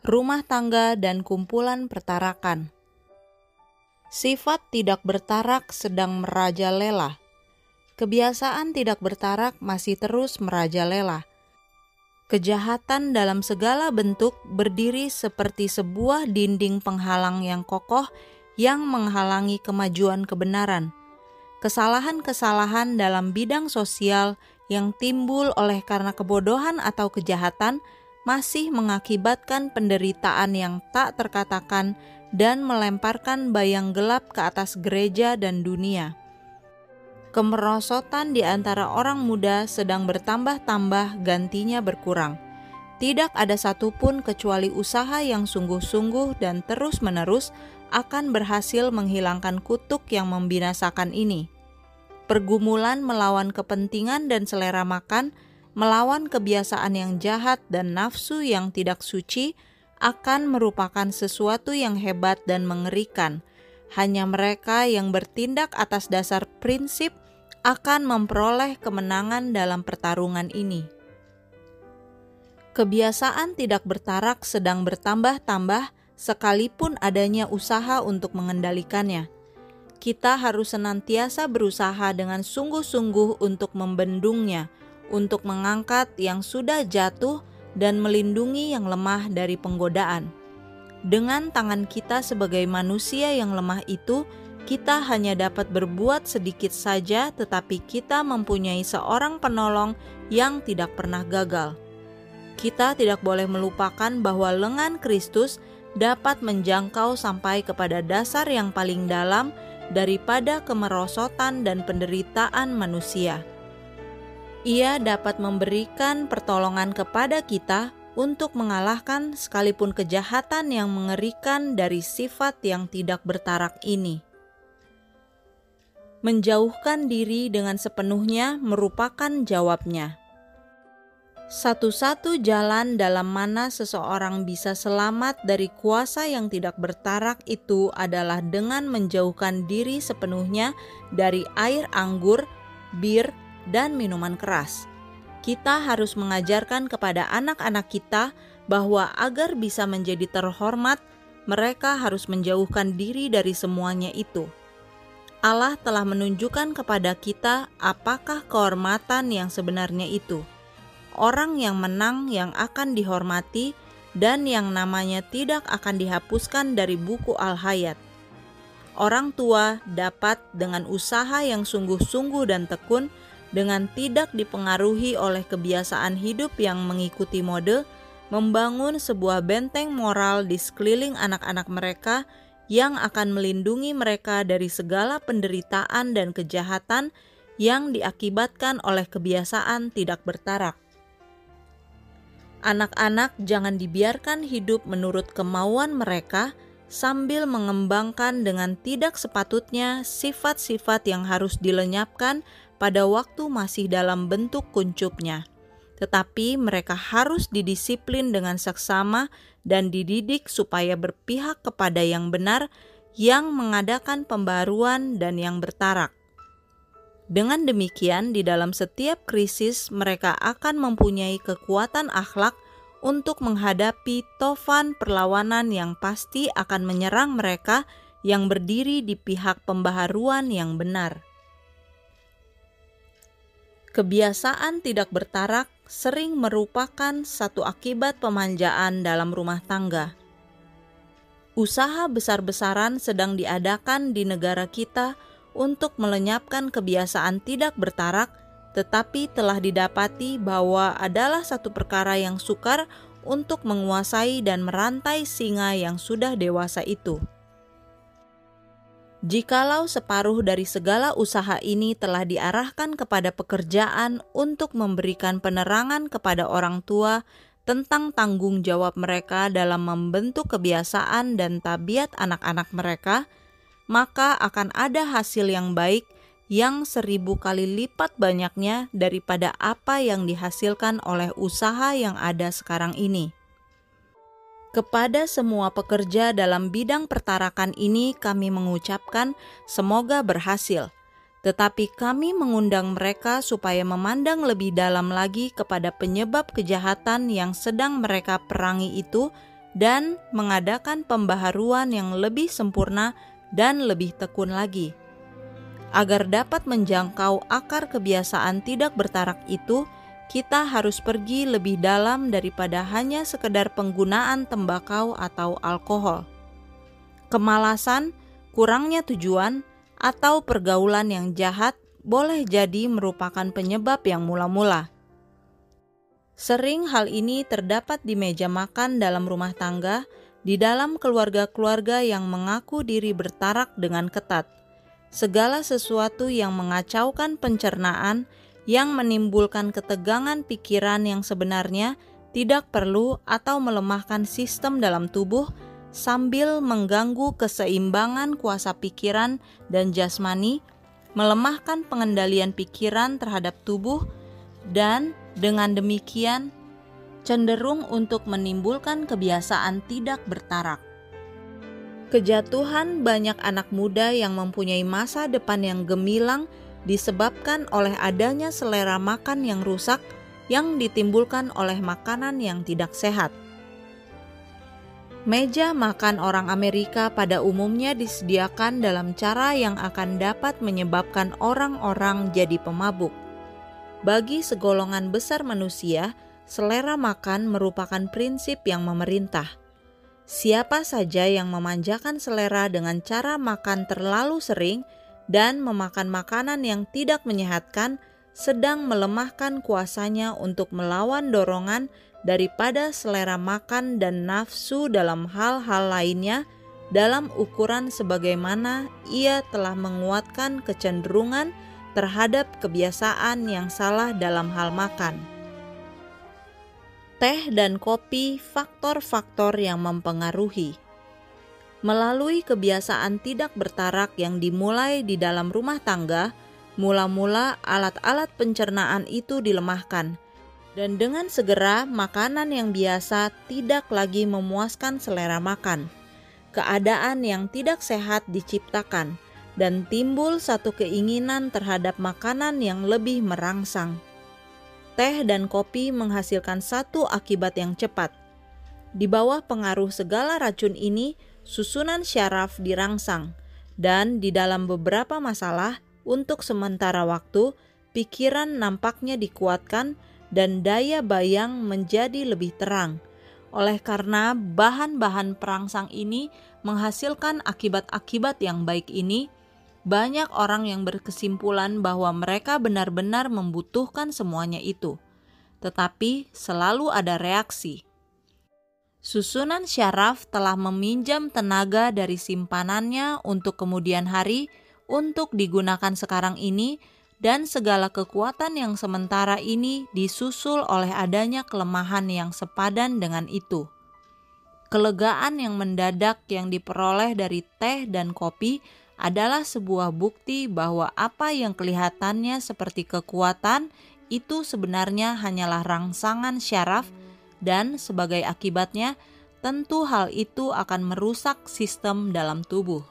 rumah tangga, dan kumpulan pertarakan. Sifat tidak bertarak sedang merajalela. Kebiasaan tidak bertarak masih terus merajalela. Kejahatan dalam segala bentuk berdiri seperti sebuah dinding penghalang yang kokoh yang menghalangi kemajuan kebenaran. Kesalahan-kesalahan dalam bidang sosial yang timbul oleh karena kebodohan atau kejahatan masih mengakibatkan penderitaan yang tak terkatakan dan melemparkan bayang gelap ke atas gereja dan dunia. Kemerosotan di antara orang muda sedang bertambah-tambah, gantinya berkurang. Tidak ada satupun kecuali usaha yang sungguh-sungguh dan terus-menerus akan berhasil menghilangkan kutuk yang membinasakan ini. Pergumulan melawan kepentingan dan selera makan, melawan kebiasaan yang jahat dan nafsu yang tidak suci, akan merupakan sesuatu yang hebat dan mengerikan. Hanya mereka yang bertindak atas dasar prinsip akan memperoleh kemenangan dalam pertarungan ini. Kebiasaan tidak bertarak sedang bertambah-tambah sekalipun adanya usaha untuk mengendalikannya. Kita harus senantiasa berusaha dengan sungguh-sungguh untuk membendungnya, untuk mengangkat yang sudah jatuh dan melindungi yang lemah dari penggodaan. Dengan tangan kita sebagai manusia yang lemah itu, kita hanya dapat berbuat sedikit saja, tetapi kita mempunyai seorang penolong yang tidak pernah gagal. Kita tidak boleh melupakan bahwa lengan Kristus dapat menjangkau sampai kepada dasar yang paling dalam daripada kemerosotan dan penderitaan manusia. Ia dapat memberikan pertolongan kepada kita untuk mengalahkan sekalipun kejahatan yang mengerikan dari sifat yang tidak bertarak ini. Menjauhkan diri dengan sepenuhnya merupakan jawabnya. Satu-satu jalan dalam mana seseorang bisa selamat dari kuasa yang tidak bertarak itu adalah dengan menjauhkan diri sepenuhnya dari air anggur, bir, dan minuman keras. Kita harus mengajarkan kepada anak-anak kita bahwa agar bisa menjadi terhormat, mereka harus menjauhkan diri dari semuanya itu. Allah telah menunjukkan kepada kita apakah kehormatan yang sebenarnya itu. Orang yang menang yang akan dihormati dan yang namanya tidak akan dihapuskan dari buku Al-Hayat. Orang tua dapat dengan usaha yang sungguh-sungguh dan tekun, dengan tidak dipengaruhi oleh kebiasaan hidup yang mengikuti mode, membangun sebuah benteng moral di sekeliling anak-anak mereka yang akan melindungi mereka dari segala penderitaan dan kejahatan yang diakibatkan oleh kebiasaan tidak bertarak. Anak-anak jangan dibiarkan hidup menurut kemauan mereka sambil mengembangkan dengan tidak sepatutnya sifat-sifat yang harus dilenyapkan pada waktu masih dalam bentuk kuncupnya. Tetapi mereka harus didisiplin dengan seksama dan dididik supaya berpihak kepada yang benar, yang mengadakan pembaruan dan yang bertarak. Dengan demikian, di dalam setiap krisis mereka akan mempunyai kekuatan akhlak untuk menghadapi tofan perlawanan yang pasti akan menyerang mereka yang berdiri di pihak pembaharuan yang benar. Kebiasaan tidak bertarak sering merupakan satu akibat pemanjaan dalam rumah tangga. Usaha besar-besaran sedang diadakan di negara kita untuk melenyapkan kebiasaan tidak bertarak, tetapi telah didapati bahwa adalah satu perkara yang sukar untuk menguasai dan merantai singa yang sudah dewasa itu. Jikalau separuh dari segala usaha ini telah diarahkan kepada pekerjaan untuk memberikan penerangan kepada orang tua tentang tanggung jawab mereka dalam membentuk kebiasaan dan tabiat anak-anak mereka, maka akan ada hasil yang baik yang 1000 kali lipat banyaknya daripada apa yang dihasilkan oleh usaha yang ada sekarang ini. Kepada semua pekerja dalam bidang pertarakan ini kami mengucapkan semoga berhasil, tetapi kami mengundang mereka supaya memandang lebih dalam lagi kepada penyebab kejahatan yang sedang mereka perangi itu dan mengadakan pembaharuan yang lebih sempurna dan lebih tekun lagi. Agar dapat menjangkau akar kebiasaan tidak bertarak itu, kita harus pergi lebih dalam daripada hanya sekedar penggunaan tembakau atau alkohol. Kemalasan, kurangnya tujuan, atau pergaulan yang jahat boleh jadi merupakan penyebab yang mula-mula. Sering hal ini terdapat di meja makan dalam rumah tangga, di dalam keluarga-keluarga yang mengaku diri bertarak dengan ketat. Segala sesuatu yang mengacaukan pencernaan, yang menimbulkan ketegangan pikiran yang sebenarnya tidak perlu atau melemahkan sistem dalam tubuh, sambil mengganggu keseimbangan kuasa pikiran dan jasmani, melemahkan pengendalian pikiran terhadap tubuh, dan dengan demikian cenderung untuk menimbulkan kebiasaan tidak bertarak. Kejatuhan banyak anak muda yang mempunyai masa depan yang gemilang disebabkan oleh adanya selera makan yang rusak yang ditimbulkan oleh makanan yang tidak sehat. Meja makan orang Amerika pada umumnya disediakan dalam cara yang akan dapat menyebabkan orang-orang jadi pemabuk. Bagi segolongan besar manusia, selera makan merupakan prinsip yang memerintah. Siapa saja yang memanjakan selera dengan cara makan terlalu sering dan memakan makanan yang tidak menyehatkan, sedang melemahkan kuasanya untuk melawan dorongan daripada selera makan dan nafsu dalam hal-hal lainnya, dalam ukuran sebagaimana ia telah menguatkan kecenderungan terhadap kebiasaan yang salah dalam hal makan. Teh dan kopi, faktor-faktor yang mempengaruhi. Melalui kebiasaan tidak bertarak yang dimulai di dalam rumah tangga, mula-mula alat-alat pencernaan itu dilemahkan, dan dengan segera makanan yang biasa tidak lagi memuaskan selera makan. Keadaan yang tidak sehat diciptakan, dan timbul satu keinginan terhadap makanan yang lebih merangsang. Teh dan kopi menghasilkan satu akibat yang cepat. Di bawah pengaruh segala racun ini, susunan syaraf dirangsang, dan di dalam beberapa masalah, untuk sementara waktu, pikiran nampaknya dikuatkan dan daya bayang menjadi lebih terang. Oleh karena bahan-bahan perangsang ini menghasilkan akibat-akibat yang baik ini, banyak orang yang berkesimpulan bahwa mereka benar-benar membutuhkan semuanya itu. Tetapi selalu ada reaksi. Susunan syaraf telah meminjam tenaga dari simpanannya untuk kemudian hari untuk digunakan sekarang ini, dan segala kekuatan yang sementara ini disusul oleh adanya kelemahan yang sepadan dengan itu. Kelegaan yang mendadak yang diperoleh dari teh dan kopi adalah sebuah bukti bahwa apa yang kelihatannya seperti kekuatan itu sebenarnya hanyalah rangsangan syaraf, dan sebagai akibatnya tentu hal itu akan merusak sistem dalam tubuh.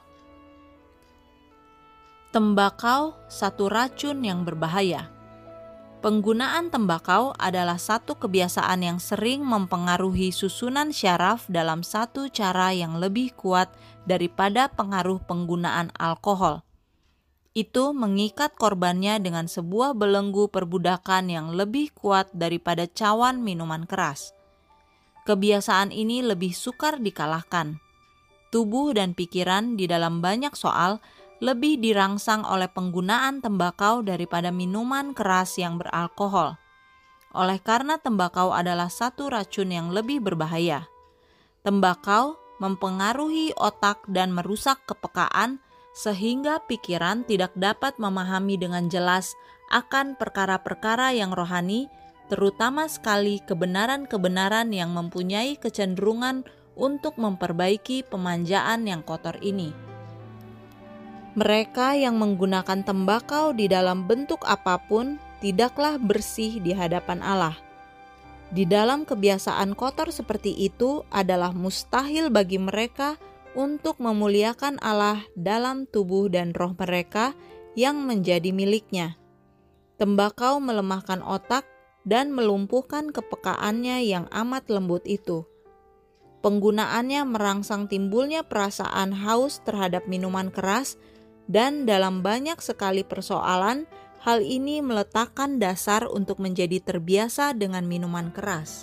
Tembakau, satu racun yang berbahaya. Penggunaan tembakau adalah satu kebiasaan yang sering mempengaruhi susunan syaraf dalam satu cara yang lebih kuat daripada pengaruh penggunaan alkohol. Itu mengikat korbannya dengan sebuah belenggu perbudakan yang lebih kuat daripada cawan minuman keras. Kebiasaan ini lebih sukar dikalahkan. Tubuh dan pikiran di dalam banyak soal lebih dirangsang oleh penggunaan tembakau daripada minuman keras yang beralkohol. Oleh karena tembakau adalah satu racun yang lebih berbahaya. Tembakau mempengaruhi otak dan merusak kepekaan sehingga pikiran tidak dapat memahami dengan jelas akan perkara-perkara yang rohani, terutama sekali kebenaran-kebenaran yang mempunyai kecenderungan untuk memperbaiki pemanjaan yang kotor ini. Mereka yang menggunakan tembakau di dalam bentuk apapun tidaklah bersih di hadapan Allah. Di dalam kebiasaan kotor seperti itu adalah mustahil bagi mereka untuk memuliakan Allah dalam tubuh dan roh mereka yang menjadi miliknya. Tembakau melemahkan otak dan melumpuhkan kepekaannya yang amat lembut itu. Penggunaannya merangsang timbulnya perasaan haus terhadap minuman keras, dan dalam banyak sekali persoalan, hal ini meletakkan dasar untuk menjadi terbiasa dengan minuman keras.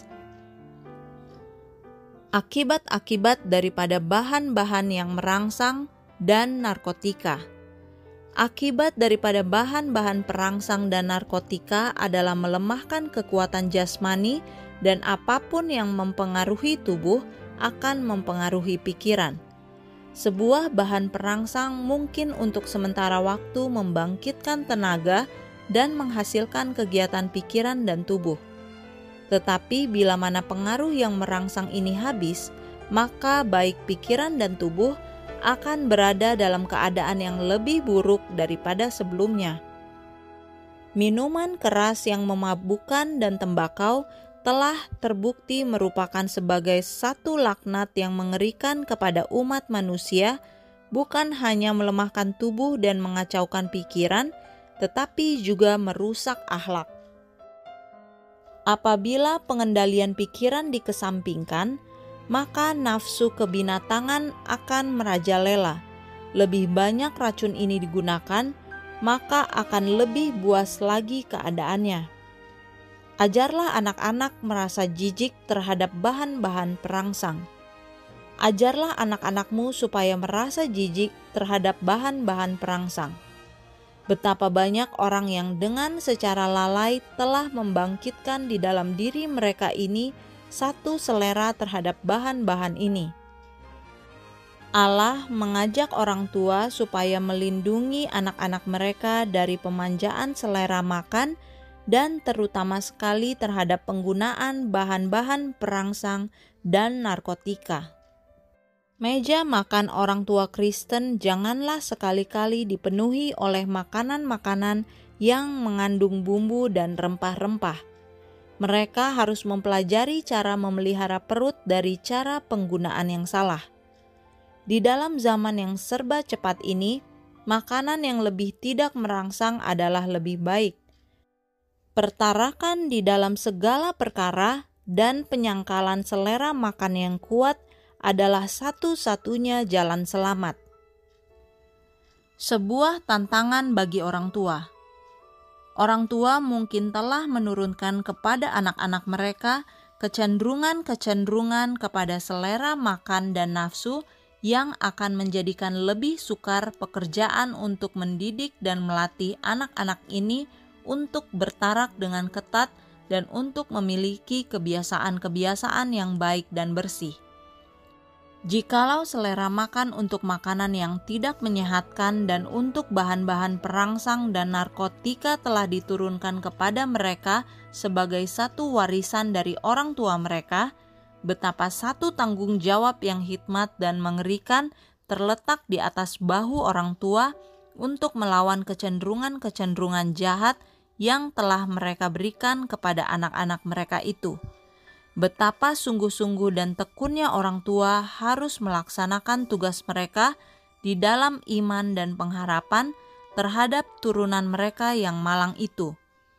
Akibat-akibat daripada bahan-bahan yang merangsang dan narkotika. Akibat daripada bahan-bahan perangsang dan narkotika adalah melemahkan kekuatan jasmani, dan apapun yang mempengaruhi tubuh akan mempengaruhi pikiran. Sebuah bahan perangsang mungkin untuk sementara waktu membangkitkan tenaga dan menghasilkan kegiatan pikiran dan tubuh. Tetapi bila mana pengaruh yang merangsang ini habis, maka baik pikiran dan tubuh akan berada dalam keadaan yang lebih buruk daripada sebelumnya. Minuman keras yang memabukkan dan tembakau telah terbukti merupakan sebagai satu laknat yang mengerikan kepada umat manusia, bukan hanya melemahkan tubuh dan mengacaukan pikiran, tetapi juga merusak akhlak. Apabila pengendalian pikiran dikesampingkan, maka nafsu kebinatangan akan merajalela. Lebih banyak racun ini digunakan, maka akan lebih buas lagi keadaannya. Ajarlah anak-anak merasa jijik terhadap bahan-bahan perangsang. Ajarlah anak-anakmu supaya merasa jijik terhadap bahan-bahan perangsang. Betapa banyak orang yang dengan secara lalai telah membangkitkan di dalam diri mereka ini satu selera terhadap bahan-bahan ini. Allah mengajak orang tua supaya melindungi anak-anak mereka dari pemanjaan selera makan, dan terutama sekali terhadap penggunaan bahan-bahan perangsang dan narkotika. Meja makan orang tua Kristen janganlah sekali-kali dipenuhi oleh makanan-makanan yang mengandung bumbu dan rempah-rempah. Mereka harus mempelajari cara memelihara perut dari cara penggunaan yang salah. Di dalam zaman yang serba cepat ini, makanan yang lebih tidak merangsang adalah lebih baik. Pertarakan di dalam segala perkara dan penyangkalan selera makan yang kuat adalah satu-satunya jalan selamat. Sebuah tantangan bagi orang tua. Orang tua mungkin telah menurunkan kepada anak-anak mereka kecenderungan-kecenderungan kepada selera makan dan nafsu yang akan menjadikan lebih sukar pekerjaan untuk mendidik dan melatih anak-anak ini untuk bertarak dengan ketat dan untuk memiliki kebiasaan-kebiasaan yang baik dan bersih. Jikalau selera makan untuk makanan yang tidak menyehatkan dan untuk bahan-bahan perangsang dan narkotika telah diturunkan kepada mereka sebagai satu warisan dari orang tua mereka, betapa satu tanggung jawab yang hikmat dan mengerikan terletak di atas bahu orang tua untuk melawan kecenderungan-kecenderungan jahat yang telah mereka berikan kepada anak-anak mereka itu. Betapa sungguh-sungguh dan tekunnya orang tua harus melaksanakan tugas mereka di dalam iman dan pengharapan terhadap turunan mereka yang malang itu.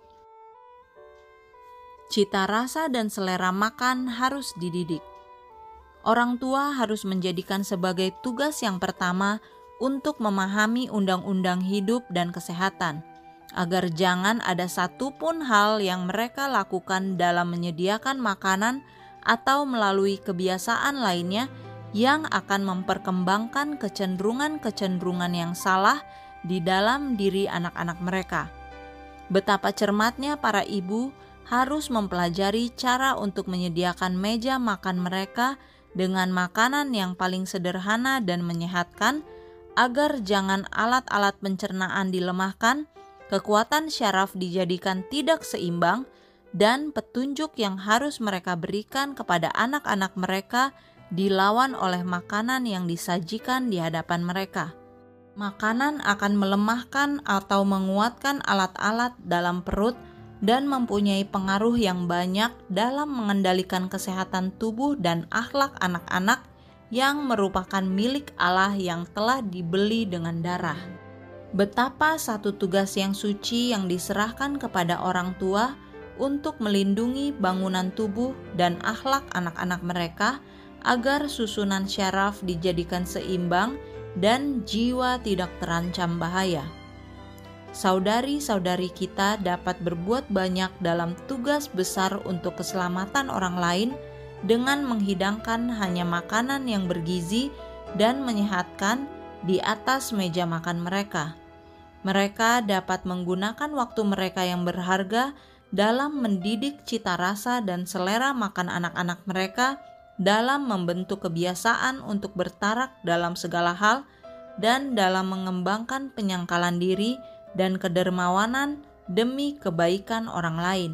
Cita rasa dan selera makan harus dididik. Orang tua harus menjadikan sebagai tugas yang pertama untuk memahami undang-undang hidup dan kesehatan, agar jangan ada satupun hal yang mereka lakukan dalam menyediakan makanan atau melalui kebiasaan lainnya yang akan memperkembangkan kecenderungan-kecenderungan yang salah di dalam diri anak-anak mereka. Betapa cermatnya para ibu harus mempelajari cara untuk menyediakan meja makan mereka dengan makanan yang paling sederhana dan menyehatkan, agar jangan alat-alat pencernaan dilemahkan, kekuatan syaraf dijadikan tidak seimbang, dan petunjuk yang harus mereka berikan kepada anak-anak mereka dilawan oleh makanan yang disajikan di hadapan mereka. Makanan akan melemahkan atau menguatkan alat-alat dalam perut dan mempunyai pengaruh yang banyak dalam mengendalikan kesehatan tubuh dan akhlak anak-anak yang merupakan milik Allah yang telah dibeli dengan darah. Betapa satu tugas yang suci yang diserahkan kepada orang tua untuk melindungi bangunan tubuh dan akhlak anak-anak mereka agar susunan syaraf dijadikan seimbang dan jiwa tidak terancam bahaya. Saudari-saudari kita dapat berbuat banyak dalam tugas besar untuk keselamatan orang lain dengan menghidangkan hanya makanan yang bergizi dan menyehatkan di atas meja makan mereka. Mereka dapat menggunakan waktu mereka yang berharga dalam mendidik cita rasa dan selera makan anak-anak mereka, dalam membentuk kebiasaan untuk bertarak dalam segala hal, dan dalam mengembangkan penyangkalan diri dan kedermawanan demi kebaikan orang lain.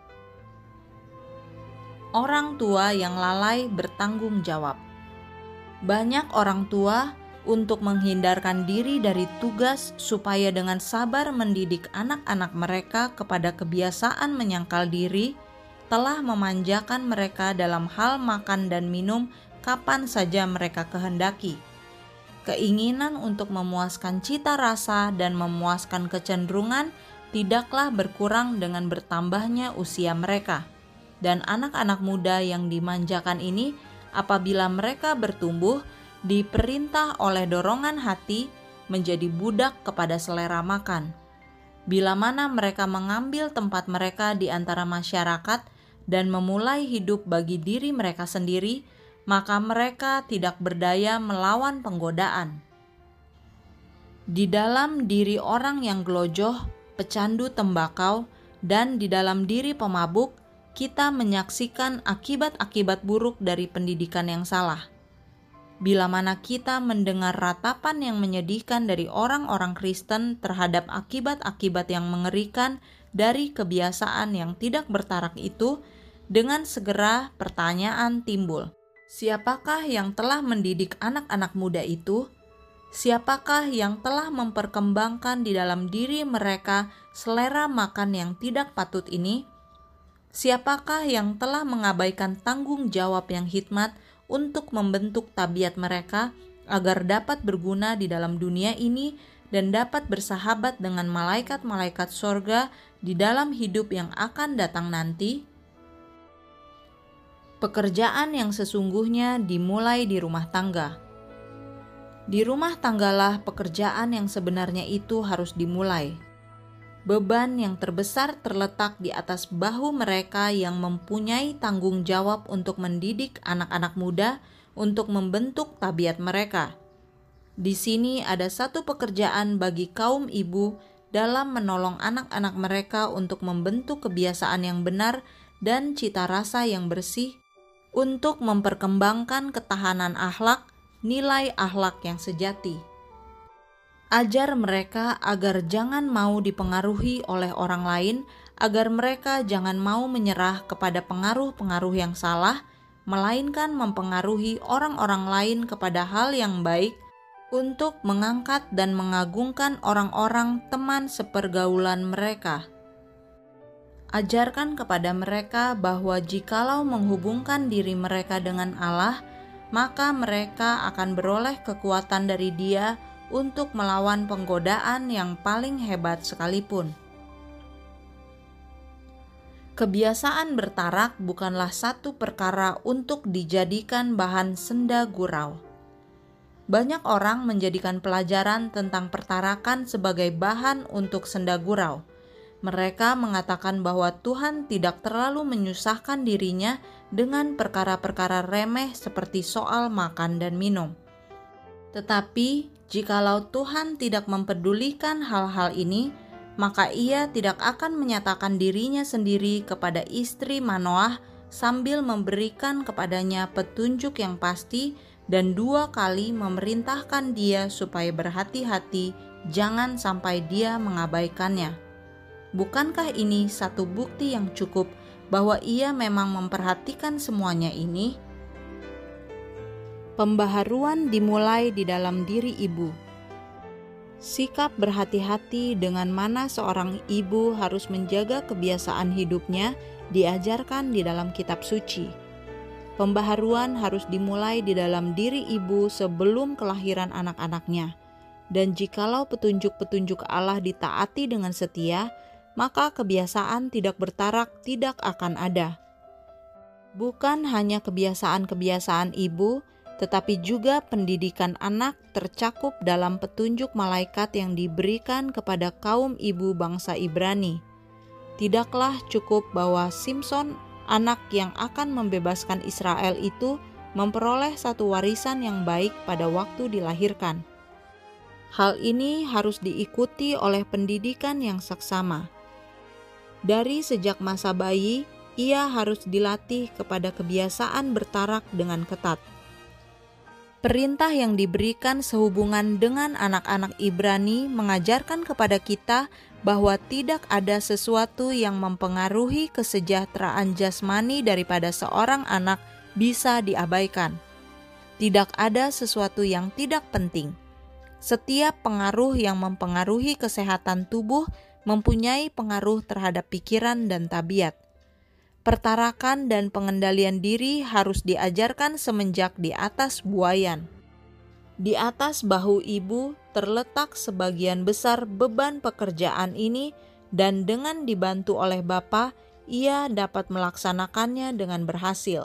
Orang tua yang lalai bertanggung jawab. Banyak orang tua untuk menghindarkan diri dari tugas supaya dengan sabar mendidik anak-anak mereka kepada kebiasaan menyangkal diri, telah memanjakan mereka dalam hal makan dan minum kapan saja mereka kehendaki. Keinginan untuk memuaskan cita rasa dan memuaskan kecenderungan tidaklah berkurang dengan bertambahnya usia mereka. Dan anak-anak muda yang dimanjakan ini, apabila mereka bertumbuh, diperintah oleh dorongan hati menjadi budak kepada selera makan. Bila mana mereka mengambil tempat mereka di antara masyarakat dan memulai hidup bagi diri mereka sendiri, maka mereka tidak berdaya melawan penggodaan. Di dalam diri orang yang gelojoh, pecandu tembakau, dan di dalam diri pemabuk, kita menyaksikan akibat-akibat buruk dari pendidikan yang salah. Bila mana kita mendengar ratapan yang menyedihkan dari orang-orang Kristen terhadap akibat-akibat yang mengerikan dari kebiasaan yang tidak bertarak itu, dengan segera pertanyaan timbul. Siapakah yang telah mendidik anak-anak muda itu? Siapakah yang telah memperkembangkan di dalam diri mereka selera makan yang tidak patut ini? Siapakah yang telah mengabaikan tanggung jawab yang hikmat untuk membentuk tabiat mereka agar dapat berguna di dalam dunia ini dan dapat bersahabat dengan malaikat-malaikat sorga di dalam hidup yang akan datang nanti? Pekerjaan yang sesungguhnya dimulai di rumah tangga. Di rumah tanggalah pekerjaan yang sebenarnya itu harus dimulai. Beban yang terbesar terletak di atas bahu mereka yang mempunyai tanggung jawab untuk mendidik anak-anak muda untuk membentuk tabiat mereka. Di sini ada satu pekerjaan bagi kaum ibu dalam menolong anak-anak mereka untuk membentuk kebiasaan yang benar dan cita rasa yang bersih, untuk memperkembangkan ketahanan akhlak, nilai akhlak yang sejati. Ajar mereka agar jangan mau dipengaruhi oleh orang lain, agar mereka jangan mau menyerah kepada pengaruh-pengaruh yang salah, melainkan mempengaruhi orang-orang lain kepada hal yang baik, untuk mengangkat dan mengagungkan orang-orang teman sepergaulan mereka. Ajarkan kepada mereka bahwa jikalau menghubungkan diri mereka dengan Allah, maka mereka akan beroleh kekuatan dari Dia untuk melawan penggodaan yang paling hebat sekalipun. Kebiasaan bertarak bukanlah satu perkara untuk dijadikan bahan senda gurau. Banyak orang menjadikan pelajaran tentang pertarakan sebagai bahan untuk senda gurau. Mereka mengatakan bahwa Tuhan tidak terlalu menyusahkan dirinya dengan perkara-perkara remeh seperti soal makan dan minum. Tetapi, jikalau Tuhan tidak mempedulikan hal-hal ini, maka Ia tidak akan menyatakan dirinya sendiri kepada istri Manoah sambil memberikan kepadanya petunjuk yang pasti dan 2 kali memerintahkan dia supaya berhati-hati jangan sampai dia mengabaikannya. Bukankah ini satu bukti yang cukup bahwa Ia memang memperhatikan semuanya ini? Pembaharuan dimulai di dalam diri ibu. Sikap berhati-hati dengan mana seorang ibu harus menjaga kebiasaan hidupnya diajarkan di dalam kitab suci. Pembaharuan harus dimulai di dalam diri ibu sebelum kelahiran anak-anaknya. Dan jikalau petunjuk-petunjuk Allah ditaati dengan setia, maka kebiasaan tidak bertarak tidak akan ada. Bukan hanya kebiasaan-kebiasaan ibu, tetapi juga pendidikan anak tercakup dalam petunjuk malaikat yang diberikan kepada kaum ibu bangsa Ibrani. Tidaklah cukup bahwa Simson, anak yang akan membebaskan Israel itu, memperoleh satu warisan yang baik pada waktu dilahirkan. Hal ini harus diikuti oleh pendidikan yang seksama. Dari sejak masa bayi, ia harus dilatih kepada kebiasaan bertarak dengan ketat. Perintah yang diberikan sehubungan dengan anak-anak Ibrani mengajarkan kepada kita bahwa tidak ada sesuatu yang mempengaruhi kesejahteraan jasmani daripada seorang anak bisa diabaikan. Tidak ada sesuatu yang tidak penting. Setiap pengaruh yang mempengaruhi kesehatan tubuh mempunyai pengaruh terhadap pikiran dan tabiat. Pertarakan dan pengendalian diri harus diajarkan semenjak di atas buayan. Di atas bahu ibu terletak sebagian besar beban pekerjaan ini, dan dengan dibantu oleh Bapa, ia dapat melaksanakannya dengan berhasil.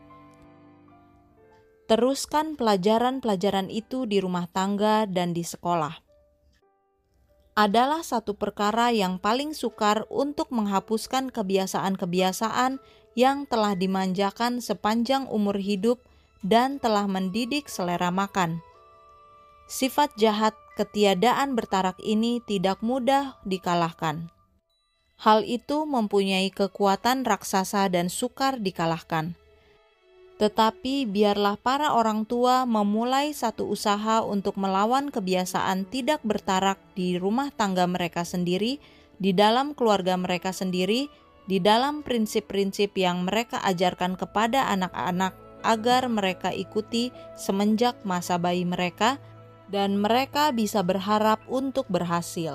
Teruskan pelajaran-pelajaran itu di rumah tangga dan di sekolah. Adalah satu perkara yang paling sukar untuk menghapuskan kebiasaan-kebiasaan yang telah dimanjakan sepanjang umur hidup dan telah mendidik selera makan. Sifat jahat ketiadaan bertarak ini tidak mudah dikalahkan. Hal itu mempunyai kekuatan raksasa dan sukar dikalahkan. Tetapi biarlah para orang tua memulai satu usaha untuk melawan kebiasaan tidak bertarak di rumah tangga mereka sendiri, di dalam keluarga mereka sendiri, di dalam prinsip-prinsip yang mereka ajarkan kepada anak-anak agar mereka ikuti semenjak masa bayi mereka, dan mereka bisa berharap untuk berhasil.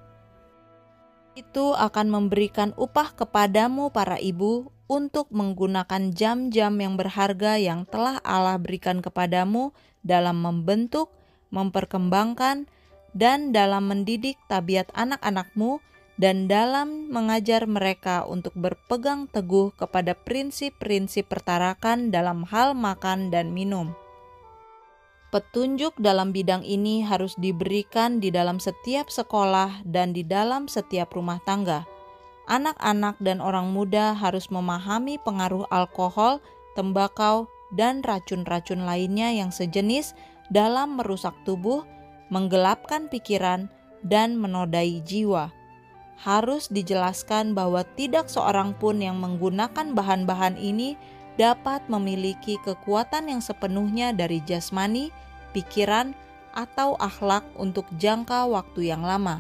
Itu akan memberikan upah kepadamu para ibu untuk menggunakan jam-jam yang berharga yang telah Allah berikan kepadamu dalam membentuk, memperkembangkan, dan dalam mendidik tabiat anak-anakmu, dan dalam mengajar mereka untuk berpegang teguh kepada prinsip-prinsip pertarakan dalam hal makan dan minum. Petunjuk dalam bidang ini harus diberikan di dalam setiap sekolah dan di dalam setiap rumah tangga. Anak-anak dan orang muda harus memahami pengaruh alkohol, tembakau, dan racun-racun lainnya yang sejenis dalam merusak tubuh, menggelapkan pikiran, dan menodai jiwa. Harus dijelaskan bahwa tidak seorang pun yang menggunakan bahan-bahan ini dapat memiliki kekuatan yang sepenuhnya dari jasmani, pikiran, atau akhlak untuk jangka waktu yang lama.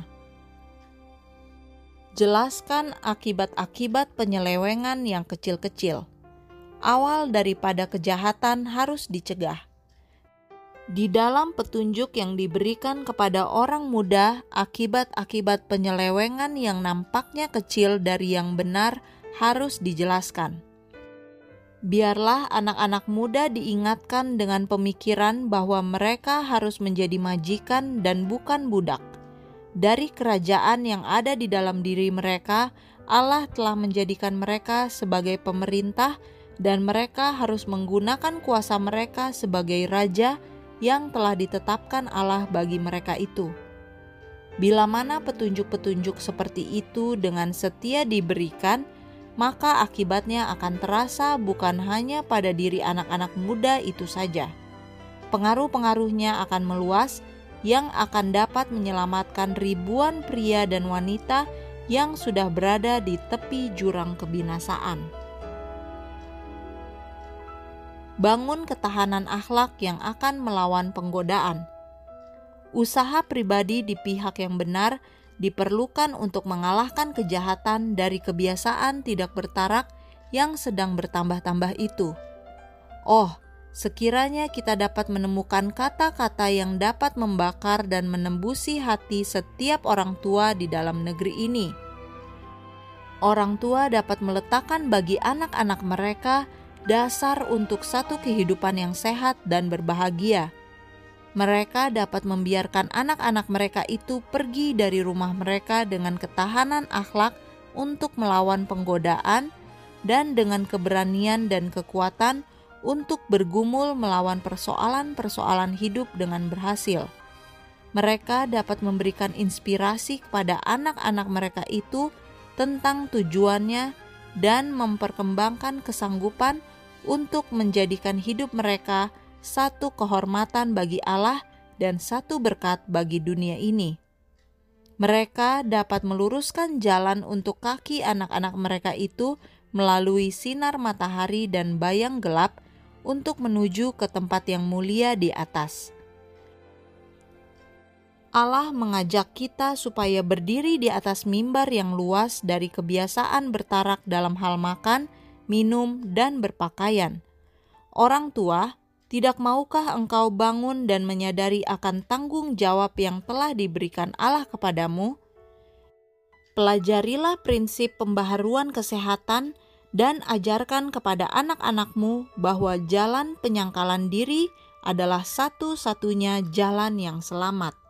Jelaskan akibat-akibat penyelewengan yang kecil-kecil. Awal daripada kejahatan harus dicegah. Di dalam petunjuk yang diberikan kepada orang muda, akibat-akibat penyelewengan yang nampaknya kecil dari yang benar harus dijelaskan. Biarlah anak-anak muda diingatkan dengan pemikiran bahwa mereka harus menjadi majikan dan bukan budak. Dari kerajaan yang ada di dalam diri mereka, Allah telah menjadikan mereka sebagai pemerintah, dan mereka harus menggunakan kuasa mereka sebagai raja yang telah ditetapkan Allah bagi mereka itu. Bila mana petunjuk-petunjuk seperti itu dengan setia diberikan, maka akibatnya akan terasa bukan hanya pada diri anak-anak muda itu saja. Pengaruh-pengaruhnya akan meluas, yang akan dapat menyelamatkan ribuan pria dan wanita yang sudah berada di tepi jurang kebinasaan. Bangun ketahanan akhlak yang akan melawan penggodaan. Usaha pribadi di pihak yang benar diperlukan untuk mengalahkan kejahatan dari kebiasaan tidak bertarak yang sedang bertambah-tambah itu. Oh, sekiranya kita dapat menemukan kata-kata yang dapat membakar dan menembusi hati setiap orang tua di dalam negeri ini. Orang tua dapat meletakkan bagi anak-anak mereka dasar untuk satu kehidupan yang sehat dan berbahagia. Mereka dapat membiarkan anak-anak mereka itu pergi dari rumah mereka dengan ketahanan akhlak untuk melawan penggodaan, dan dengan keberanian dan kekuatan untuk bergumul melawan persoalan-persoalan hidup dengan berhasil. Mereka dapat memberikan inspirasi kepada anak-anak mereka itu tentang tujuannya dan memperkembangkan kesanggupan untuk menjadikan hidup mereka satu kehormatan bagi Allah dan satu berkat bagi dunia ini. Mereka dapat meluruskan jalan untuk kaki anak-anak mereka itu melalui sinar matahari dan bayang gelap untuk menuju ke tempat yang mulia di atas. Allah mengajak kita supaya berdiri di atas mimbar yang luas dari kebiasaan bertarak dalam hal makan, minum, dan berpakaian. Orang tua, tidak maukah engkau bangun dan menyadari akan tanggung jawab yang telah diberikan Allah kepadamu? Pelajarilah prinsip pembaharuan kesehatan dan ajarkan kepada anak-anakmu bahwa jalan penyangkalan diri adalah satu-satunya jalan yang selamat.